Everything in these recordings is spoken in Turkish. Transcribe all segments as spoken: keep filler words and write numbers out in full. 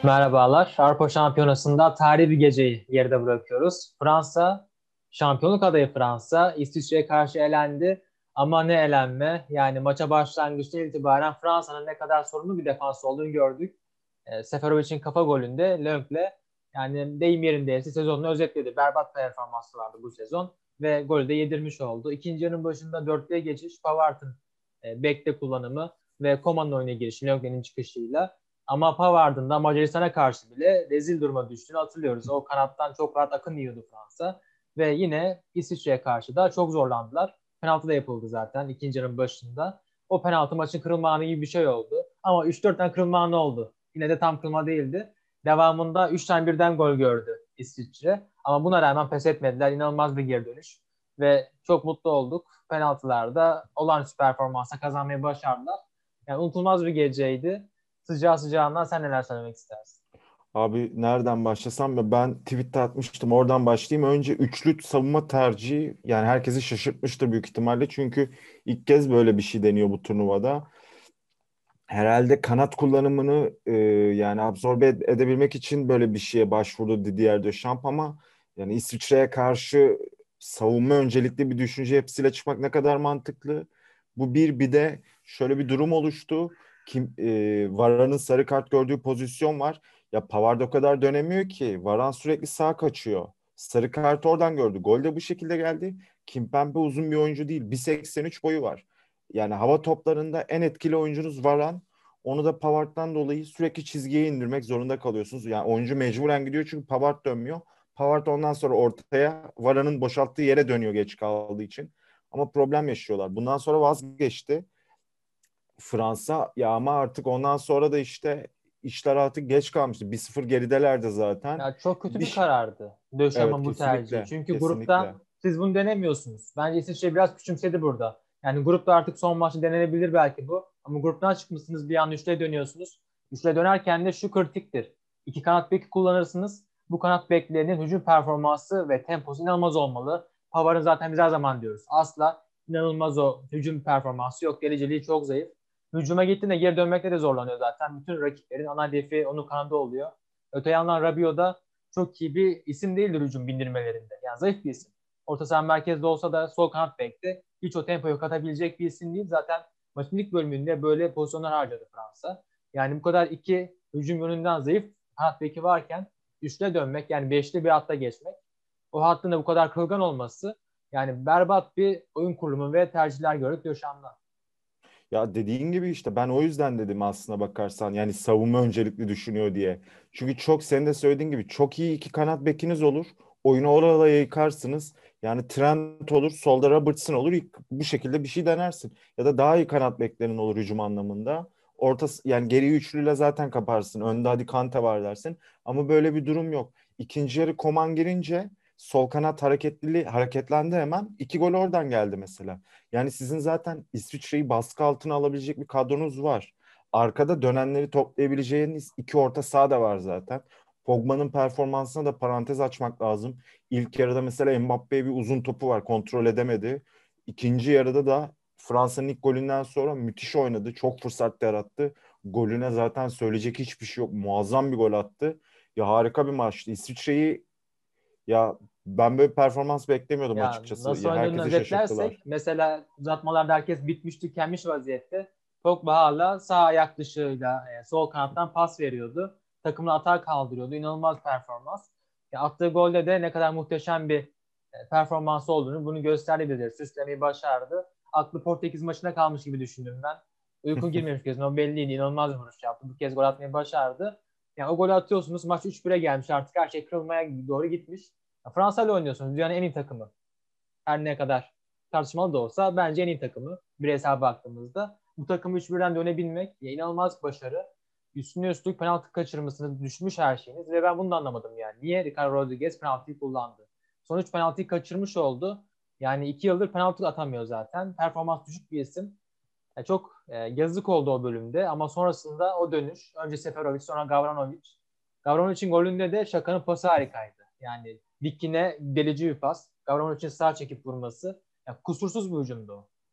Merhabalar. Avrupa Şampiyonası'nda tarihi bir geceyi geride bırakıyoruz. Fransa, şampiyonluk adayı Fransa, İsviçre'ye karşı elendi. Ama ne elenme. Yani maça başlangıçtan itibaren Fransa'nın ne kadar sorunlu bir defans olduğunu gördük. E, Seferovic'in kafa golünde Lönk'le yani deyim yerindeyse sezonunu özetledi. Berbat performansı vardı bu sezon ve golü de yedirmiş oldu. İkinci yarının başında dörtlüye geçiş, Pavard'ın e, bekte kullanımı ve Coman'ın oyuna girişi Lönk'lerin çıkışıyla. Ama Pavard'ın da Macaristan'a karşı bile rezil duruma düştüğünü hatırlıyoruz. O kanattan çok rahat akın yiyordu Fransa. Ve yine İsviçre'ye karşı da çok zorlandılar. Penaltı da yapıldı zaten ikinci yarının başında. O penaltı maçın kırılma anı gibi bir şey oldu. Ama üç dört tane kırılma anı oldu. Yine de tam kırılma değildi. Devamında üç tane birden gol gördü İsviçre. Ama buna rağmen pes etmediler. İnanılmaz bir geri dönüş. Ve çok mutlu olduk. Penaltılarda olağanüstü performansa kazanmayı başardılar. Yani unutulmaz bir geceydi. Sıcağı sıcağından sen neler söylemek istersin? Abi nereden başlasam ya ben tweet'te atmıştım. Oradan başlayayım. Önce üçlü savunma tercihi yani herkesi şaşırtmıştır büyük ihtimalle. Çünkü ilk kez böyle bir şey deniyor bu turnuvada. Herhalde kanat kullanımını e, yani absorbe ed- edebilmek için böyle bir şeye başvurdu Didier Deschamps ama yani İsviçre'ye karşı savunma öncelikli bir düşünce yapısıyla çıkmak ne kadar mantıklı. Bu bir bir de şöyle bir durum oluştu. Kim e, Varane'ın sarı kart gördüğü pozisyon var. Ya Pavard o kadar dönemiyor ki. Varane sürekli sağa kaçıyor. Sarı kart oradan gördü. Gol de bu şekilde geldi. Kimpembe uzun bir oyuncu değil. bir seksen üç boyu var. Yani hava toplarında en etkili oyuncunuz Varane. Onu da Pavard'dan dolayı sürekli çizgiye indirmek zorunda kalıyorsunuz. Yani oyuncu mecburen gidiyor çünkü Pavard dönmüyor. Pavard ondan sonra ortaya Varane'ın boşalttığı yere dönüyor geç kaldığı için. Ama problem yaşıyorlar. Bundan sonra vazgeçti Fransa. Ya ama artık ondan sonra da işte işler artık geç kalmıştı. bir sıfır geridelerdi zaten. Ya çok kötü Bir bir ş- karardı evet, Döşeman'ın bu tercihi. kesinlikle. Çünkü Kesinlikle. grupta siz bunu denemiyorsunuz. Bence İsviçre biraz küçümsedi burada. Yani grupta artık son maçta denenebilir belki bu. Ama gruptan çıkmışsınız bir an üçlüye dönüyorsunuz. Üçlüye dönerken de şu kritiktir. İki kanat beki kullanırsınız. Bu kanat beklerinin hücum performansı ve temposu inanılmaz olmalı. Pavard'ın zaten biz her zaman diyoruz. Asla inanılmaz o hücum performansı yok. Dereceliği çok zayıf. Hücuma gittiğinde geri dönmekte de zorlanıyor zaten. Bütün rakiplerin ana hedefi onun kanada oluyor. Öte yandan Rabiot da çok iyi bir isim değildir hücum bindirmelerinde. Yani zayıf bir isim. Orta saha merkezde olsa da sol kanat bekte hiç o tempoyu katabilecek bir isim değil. Zaten maçın ilk bölümünde böyle pozisyonlar harcadı Fransa. Yani bu kadar iki hücum yönünden zayıf kanat beki varken üçle dönmek yani beşli bir hatta geçmek o hattın da bu kadar kırılgan olması yani berbat bir oyun kurulumu ve tercihler gördük Döşan'dan. Ya dediğin gibi işte ben o yüzden dedim aslına bakarsan yani savunma öncelikli düşünüyor diye. Çünkü çok senin de söylediğin gibi çok iyi iki kanat bekiniz olur. Oyunu oraya yıkarsınız. Yani Trent olur, solda Robertson olur. İlk bu şekilde bir şey denersin. Ya da daha iyi kanat beklerin olur hücum anlamında. Orta yani geri üçlüyle zaten kaparsın. Önde hadi Kante var dersin. Ama böyle bir durum yok. İkinci yarı Koman girince sol kanat hareketli hareketlendi hemen. İki gol oradan geldi mesela. Yani sizin zaten İsviçre'yi baskı altına alabilecek bir kadronuz var. Arkada dönenleri toplayabileceğiniz iki orta saha da var zaten. Pogba'nın performansına da parantez açmak lazım. İlk yarıda mesela Mbappe'ye bir uzun topu var, kontrol edemedi. İkinci yarıda da Fransa'nın ilk golünden sonra müthiş oynadı. Çok fırsat yarattı. Golüne zaten söyleyecek hiçbir şey yok. Muazzam bir gol attı. Ya harika bir maçtı. İsviçre'yi ya ben böyle bir performans beklemiyordum Ya açıkçası. nasıl Ya oynadığını herkesi şaşırttılar. özetlersek mesela uzatmalarda herkes bitmiş tükenmiş vaziyette. Pogba hala sağ ayak dışıyla e, sol kanattan pas veriyordu. Takımını atağa kaldırıyordu. İnanılmaz performans. Ya attığı golde de ne kadar muhteşem bir e, performansı olduğunu bunu gösterdi bilir. Süslemeyi başardı. Aklı Portekiz maçına kalmış gibi düşündüm ben. Uyku girmemiş gözüne. O belliydi. İnanılmaz bir vuruş yaptı. Bu kez gol atmayı başardı. Yani o golü atıyorsunuz. Maç üç bire gelmiş. Artık her şey kırılmaya doğru gitmiş. Ya Fransa ile oynuyorsunuz. Dünyanın en iyi takımı. Her ne kadar tartışmalı da olsa bence en iyi takımı bireysel baktığımızda. Bu takımı üç birden dönebilmek ya inanılmaz bir başarı. Üstüne üstlük penaltı kaçırmasını düşmüş her şeyiniz ve ben bunu da anlamadım yani. Niye Ricardo Rodriguez penaltıyı kullandı? Son üç penaltıyı kaçırmış oldu. Yani iki yıldır penaltı atamıyor zaten. Performans düşük bir isim. Ya çok e, yazık oldu o bölümde ama sonrasında o dönüş. Önce Seferovic sonra Gavranovic. Gavranovic'in golünde de Şaka'nın pası harikaydı. Yani dikine delici bir pas. Gavranovic'in sağ çekip vurması. Ya kusursuz bir hücumdu o.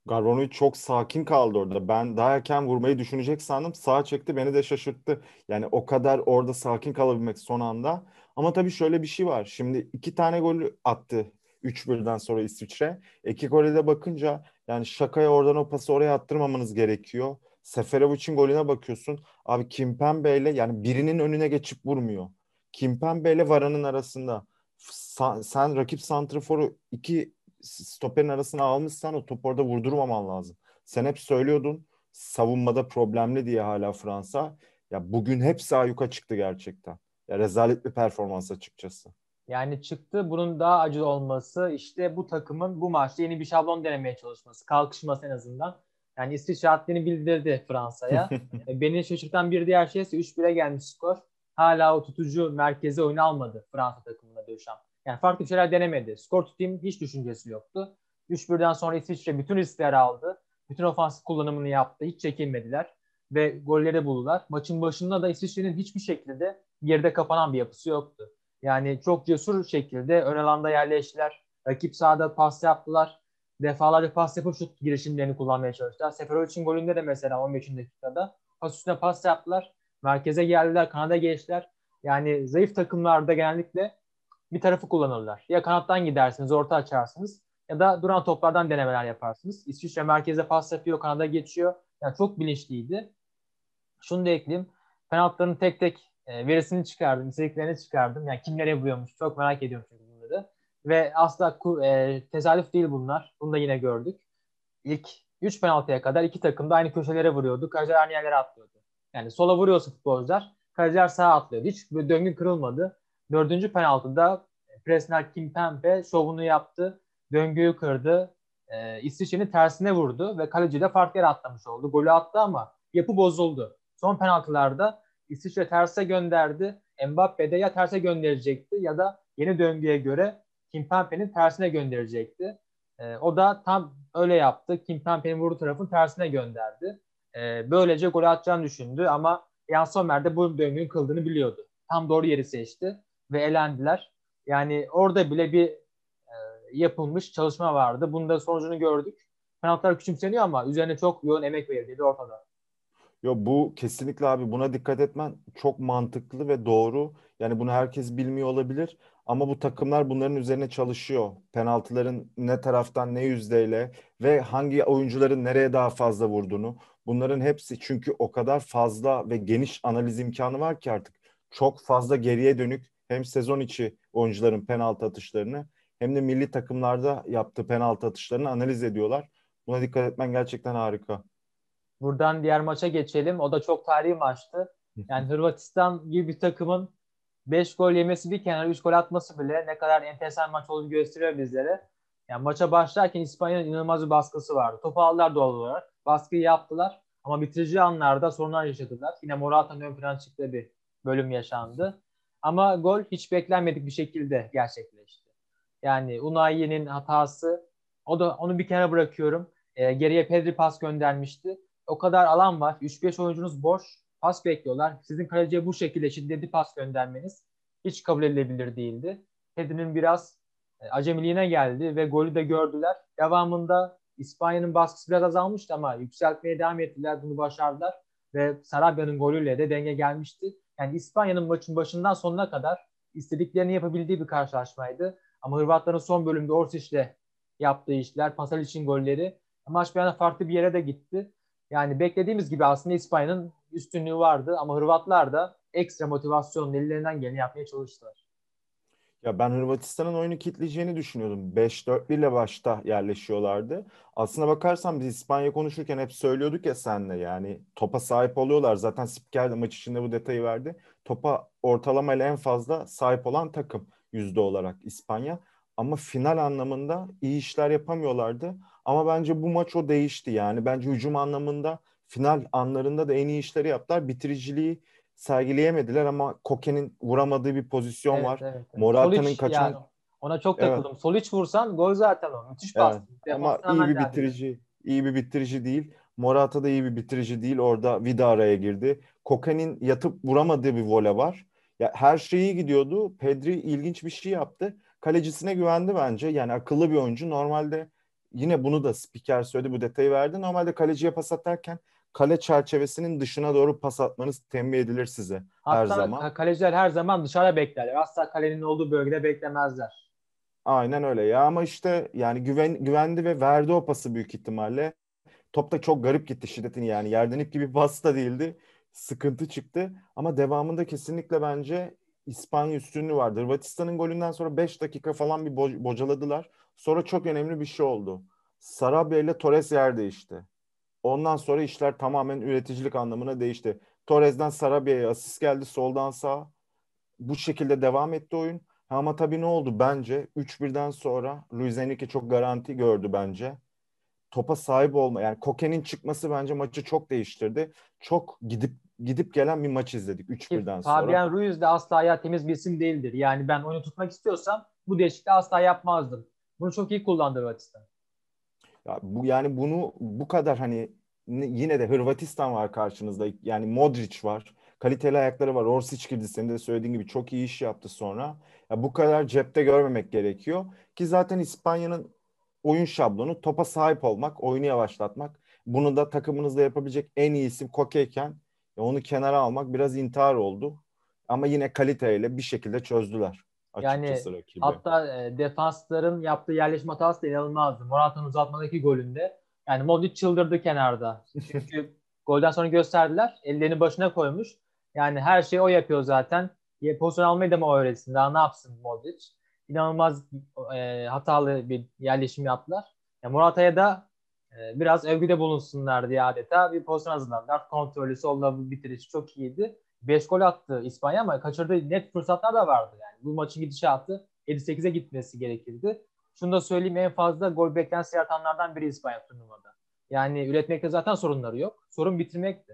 Garbanovic çok sakin kaldı orada. Ben daha erken vurmayı düşünecek sandım. Sağa çekti, beni de şaşırttı. Yani o kadar orada sakin kalabilmek son anda. Ama tabii şöyle bir şey var. Şimdi iki tane gol attı üç birden sonra İsviçre. İki gole de bakınca yani şakaya oradan o pası oraya attırmamanız gerekiyor. Seferovic'in golüne bakıyorsun. Abi Kimpembe ile yani birinin önüne geçip vurmuyor. Kimpembe ile Varane'ın arasında. Sa- sen rakip santraforu iki stoperin arasına almışsan o topu orada vurdurmaman lazım. Sen hep söylüyordun savunmada problemli diye hala Fransa. Ya bugün hepsi ayyuka çıktı gerçekten. Ya rezalet bir performans açıkçası. Yani çıktı. Bunun daha acı olması işte bu takımın bu maçta yeni bir şablon denemeye çalışması. Kalkışması en azından. Yani İsviçre haddini bildirdi Fransa'ya. E, Beni şaşırtan bir diğer şey ise üç bire gelmiş skor. Hala o tutucu merkeze oyunu almadı Fransa takımında Deschamps. Yani farklı bir şeyler denemedi. Skor tutayım hiç düşüncesi yoktu. üç birden sonra İsviçre bütün riskleri aldı. Bütün ofansif kullanımını yaptı. Hiç çekinmediler. Ve golleri buldular. Maçın başında da İsviçre'nin hiçbir şekilde geride kapanan bir yapısı yoktu. Yani çok cesur şekilde ön alanda yerleştiler. Rakip sahada pas yaptılar. Defalarca pas yapıp şut girişimlerini kullanmaya çalıştılar. Seferovic'in golünde de mesela on beşinci dakikada pas üstüne pas yaptılar. Merkeze geldiler, kanada geçtiler. Yani zayıf takımlarda genellikle bir tarafı kullanırlar. Ya kanattan gidersiniz, orta açarsınız ya da duran toplardan denemeler yaparsınız. İsviçre merkeze pas yapıyor, kanada geçiyor. Yani çok bilinçliydi. Şunu da ekleyeyim. Penaltıların tek tek e, verisini çıkardım, istediklerini çıkardım. Yani kim nereye vuruyormuş çok merak ediyorum çünkü bunları. Ve asla e, tesadüf değil bunlar. Bunu da yine gördük. İlk üç penaltıya kadar iki takım da aynı köşelere vuruyordu. Kaleciler aynı yerlere atlıyordu. Yani sola vuruyorsa futbolcular, kaleciler sağa atlıyordu. Hiç böyle döngü kırılmadı. Dördüncü penaltıda Presnel Kimpembe şovunu yaptı. Döngüyü kırdı. E, İsviçre'nin tersine vurdu ve kaleci de farklı yere atlamış oldu. Golü attı ama yapı bozuldu. Son penaltılarda İsviçre terse gönderdi. Mbappe de ya terse gönderecekti ya da yeni döngüye göre Kimpembe'nin tersine gönderecekti. E, o da tam öyle yaptı. Kimpembe'nin vurduğu tarafın tersine gönderdi. E, böylece gol atacağını düşündü ama Jan Sommer de bu döngünün kıldığını biliyordu. Tam doğru yeri seçti ve elendiler. Yani orada bile bir e, yapılmış çalışma vardı. Bunun da sonucunu gördük. Penaltılar küçümseniyor ama üzerine çok yoğun emek verildiği ortada. Yo, bu kesinlikle abi buna dikkat etmen çok mantıklı ve doğru. Yani bunu herkes bilmiyor olabilir ama bu takımlar bunların üzerine çalışıyor. Penaltıların ne taraftan ne yüzdeyle ve hangi oyuncuların nereye daha fazla vurduğunu. Bunların hepsi çünkü o kadar fazla ve geniş analiz imkanı var ki artık. Çok fazla geriye dönük hem sezon içi oyuncuların penaltı atışlarını hem de milli takımlarda yaptığı penaltı atışlarını analiz ediyorlar. Buna dikkat etmen gerçekten harika. Buradan diğer maça geçelim. O da çok tarihi maçtı. Yani Hırvatistan gibi bir takımın beş gol yemesi bir kenara üç gol atması bile ne kadar enteresan maç olduğunu gösteriyor bizlere. Yani maça başlarken İspanya'nın inanılmaz bir baskısı vardı. Topu aldılar doğal olarak. Baskıyı yaptılar ama bitirici anlarda sorunlar yaşadılar. Yine Morata'nın ön plana çıktığı bir bölüm yaşandı. Ama gol hiç beklenmedik bir şekilde gerçekleşti. Yani Unai'nin hatası, o da onu bir kenara bırakıyorum. E, geriye Pedri pas göndermişti. O kadar alan var. üç beş oyuncunuz boş. Pas bekliyorlar. Sizin kaleciye bu şekilde şiddetli pas göndermeniz hiç kabul edilebilir değildi. Pedri'nin biraz e, acemiliğine geldi ve golü de gördüler. Devamında İspanya'nın baskısı biraz azalmıştı ama yükseltmeye devam ettiler. Bunu başardılar ve Sarabia'nın golüyle de denge gelmişti. Yani İspanya'nın maçın başından sonuna kadar istediklerini yapabildiği bir karşılaşmaydı. Ama Hırvatların son bölümde Orsic'le yaptığı işler, Pasalic'in golleri maç bir anda farklı bir yere de gitti. Yani beklediğimiz gibi aslında İspanya'nın üstünlüğü vardı ama Hırvatlar da ekstra motivasyonla ellerinden geleni yapmaya çalıştılar. Ya ben Hırvatistan'ın oyunu kitleyeceğini düşünüyordum. beş dört bir ile başta yerleşiyorlardı. Aslına bakarsan biz İspanya konuşurken hep söylüyorduk ya senle yani topa sahip oluyorlar. Zaten spiker de maç içinde bu detayı verdi. Topa ortalamayla en fazla sahip olan takım yüzde olarak İspanya. Ama final anlamında iyi işler yapamıyorlardı. Ama bence bu maç o değişti yani. Bence hücum anlamında final anlarında da en iyi işleri yaptılar. Bitiriciliği sergileyemediler ama Koke'nin vuramadığı bir pozisyon Evet, var. evet, evet. Morata'nın Solic yani kaçan ona çok evet takıldım. Solic vursan gol zaten o. Müthiş evet bastı. ama Defanstan iyi hemen bir deldi. bitirici iyi bir bitirici değil. Morata da iyi bir bitirici değil. Orada Vida araya girdi. Koke'nin yatıp vuramadığı bir vole var. Ya her şey iyi gidiyordu. Pedri ilginç bir şey yaptı. Kalecisine güvendi bence. Yani akıllı bir oyuncu. Normalde yine bunu da spiker söyledi, bu detayı verdi. Normalde kaleciye pas atarken kale çerçevesinin dışına doğru pas atmanız tembih edilir size her Hatta zaman. ka- kaleciler her zaman dışarıda beklerler. Asla kalenin olduğu bölgede beklemezler. Aynen öyle ya, ama işte yani güven, güvendi ve verdi o pası büyük ihtimalle. Top da çok garip gitti şiddetini, yani yerden ip gibi bir pas da değildi. Sıkıntı çıktı ama devamında kesinlikle bence İspanya üstünlüğü vardı. Hırvatistan'ın golünden sonra beş dakika falan bir bo- bocaladılar. Sonra çok önemli bir şey oldu. Sarabia ile Torres yer değişti. Ondan sonra işler tamamen üreticilik anlamına değişti. Torres'den Sarabia'ya asist geldi soldan sağa. Bu şekilde devam etti oyun. Ama tabii ne oldu bence? üç birden sonra Luis Enrique çok garanti gördü bence. Topa sahip olma, yani Koke'nin çıkması bence maçı çok değiştirdi. Çok gidip gidip gelen bir maç izledik üç Ki birden sonra. Fabian Ruiz de asla ayağı temiz bir isim değildir. Yani ben oyunu tutmak istiyorsam bu değişikliği asla yapmazdım. Bunu çok iyi kullandı Hırvatistan. Ya bu, yani bunu bu kadar hani ne- yine de Hırvatistan var karşınızda. Yani Modric var. Kaliteli ayakları var. Orsic girdi, senin de söylediğin gibi çok iyi iş yaptı sonra. Ya bu kadar cepte görmemek gerekiyor ki zaten İspanya'nın oyun şablonu topa sahip olmak, oyunu yavaşlatmak. Bunu da takımınızda yapabilecek en iyi isim Koke'yken ya onu kenara almak biraz intihar oldu. Ama yine kaliteyle bir şekilde çözdüler Yani açıkçası rakibi. hatta e, defansların yaptığı yerleşme hatası da inanılmazdı. Morata'nın uzatmadaki golünde. Yani Modric çıldırdı kenarda. Çünkü golden sonra gösterdiler. Ellerini başına koymuş. Yani her şeyi o yapıyor zaten. Ya, pozisyon almayı da mı o öğretsin? Daha ne yapsın Modric? İnanılmaz e, hatalı bir yerleşim yaptılar. Ya Morata'ya da e, biraz övgüde bulunsunlar diye adeta bir pozisyon hazırladılar. Kontrolü, solda bitirişi çok iyiydi. Beş gol attı İspanya ama kaçırdığı net fırsatlar da vardı yani. Bu maçın gidişatı yedi sekize gitmesi gerekirdi. Şunu da söyleyeyim, en fazla gol beklentisi yaratanlardan biri İspanya turnuvada. Yani üretmekte zaten sorunları yok. Sorun bitirmekti.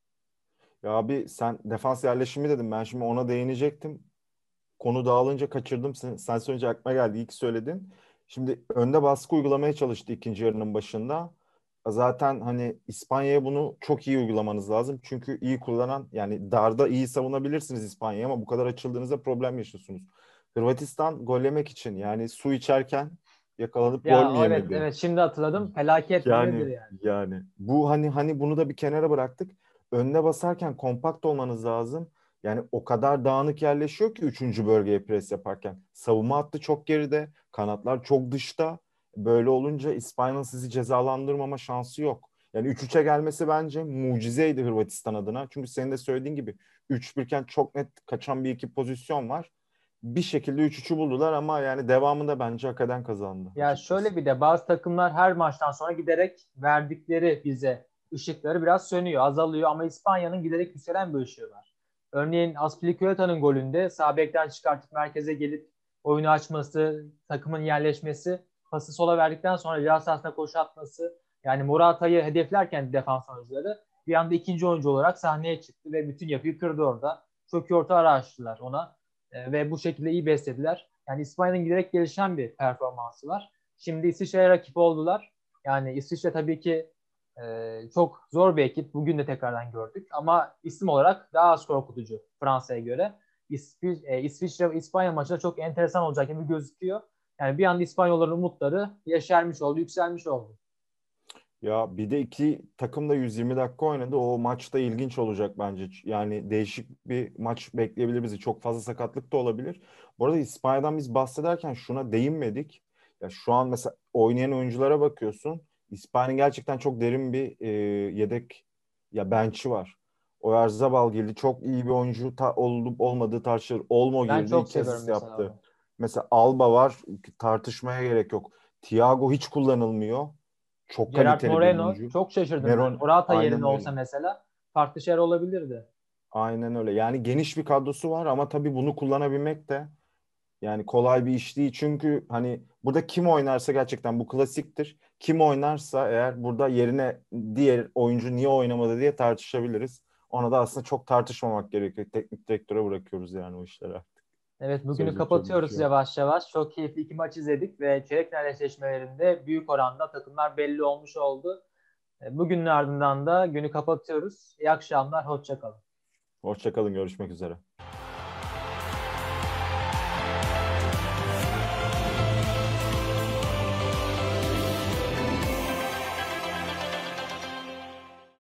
Ya abi sen defans yerleşimi dedim. Ben şimdi ona değinecektim. Konu dağılınca kaçırdım. Sen, sen söyleyince aklıma geldi. İyi ki söyledin. Şimdi önde baskı uygulamaya çalıştı ikinci yarının başında. Zaten hani İspanya'ya bunu çok iyi uygulamanız lazım. Çünkü iyi kullanan, yani darda iyi savunabilirsiniz İspanya'yı ama bu kadar açıldığınızda problem yaşıyorsunuz. Hırvatistan gol yemek için, yani su içerken yakalanıp gol mü Ya evet yemedi? evet, şimdi hatırladım. Felaket nedir Yani yani? yani bu hani hani bunu da bir kenara bıraktık. Önüne basarken kompakt olmanız lazım. Yani o kadar dağınık yerleşiyor ki üçüncü bölgeye pres yaparken. Savunma hattı çok geride, kanatlar çok dışta. Böyle olunca İspanya'nın sizi cezalandırmama şansı yok. Yani üç üçe gelmesi bence mucizeydi Hırvatistan adına. Çünkü senin de söylediğin gibi üç bir iken çok net kaçan bir iki pozisyon var. Bir şekilde üç üçü buldular ama yani devamında bence hak eden kazandı Ya açıkçası. şöyle, bir de bazı takımlar her maçtan sonra giderek verdikleri bize ışıkları biraz sönüyor, azalıyor ama İspanya'nın giderek yükselen bir ışığı var. Örneğin Azpilicueta'nın golünde sağ bekten çıkartıp merkeze gelip oyunu açması, takımın yerleşmesi, pası sola verdikten sonra ceza sahasına koşu atması, yani Morata'yı hedeflerken defans oyuncuları bir anda ikinci oyuncu olarak sahneye çıktı ve bütün yapıyı kırdı orada. Çok iyi orta ara açtılar ona. E, ve bu şekilde iyi beslediler. Yani İspanya'nın giderek gelişen bir performansı var. Şimdi İsviçre'ye rakip oldular. Yani İsviçre tabii ki e, çok zor bir ekip. Bugün de tekrardan gördük. Ama isim olarak daha az korkutucu Fransa'ya göre. İsvi, e, İsviçre ve İspanya maçı da çok enteresan olacak gibi gözüküyor. Yani bir anda İspanyolların umutları yeşermiş oldu, yükselmiş oldu. Ya bir de iki takım da yüz yirmi dakika oynadı. O maç da ilginç olacak bence. Yani değişik bir maç bekleyebilir bizi. Çok fazla sakatlık da olabilir. Bu arada İspanya'dan biz bahsederken şuna değinmedik. Ya şu an mesela oynayan oyunculara bakıyorsun. İspanya'nın gerçekten çok derin bir e, yedek ya bench'i var. Oyarzabal girdi. Çok iyi bir oyuncu ta, olup olmadığı tartışılır. Olmo Ben girdi. çok İki seviyorum asist mesela yaptı. onu. Mesela Alba var. Tartışmaya gerek yok. Thiago hiç kullanılmıyor. Çok Gerard kaliteli bir Moreno, oyuncu. çok şaşırdım ben. Meron Morata yerine aynen olsa öyle. mesela farklı şeyler olabilirdi. Aynen öyle. Yani geniş bir kadrosu var ama tabii bunu kullanabilmek de yani kolay bir iş değil. Çünkü hani burada kim oynarsa, gerçekten bu klasiktir. Kim oynarsa eğer burada yerine diğer oyuncu niye oynamadı diye tartışabiliriz. Ona da aslında çok tartışmamak gerekiyor. Teknik direktöre bırakıyoruz yani o işlere. Evet, bugünü Söyleyecek çok bir şey kapatıyoruz yok. yavaş yavaş. Çok keyifli iki maç izledik ve çeyrek final eşleşmelerinde büyük oranda takımlar belli olmuş oldu. E, Bugünün ardından da günü kapatıyoruz. İyi akşamlar, hoşça kalın. Hoşça kalın, görüşmek üzere.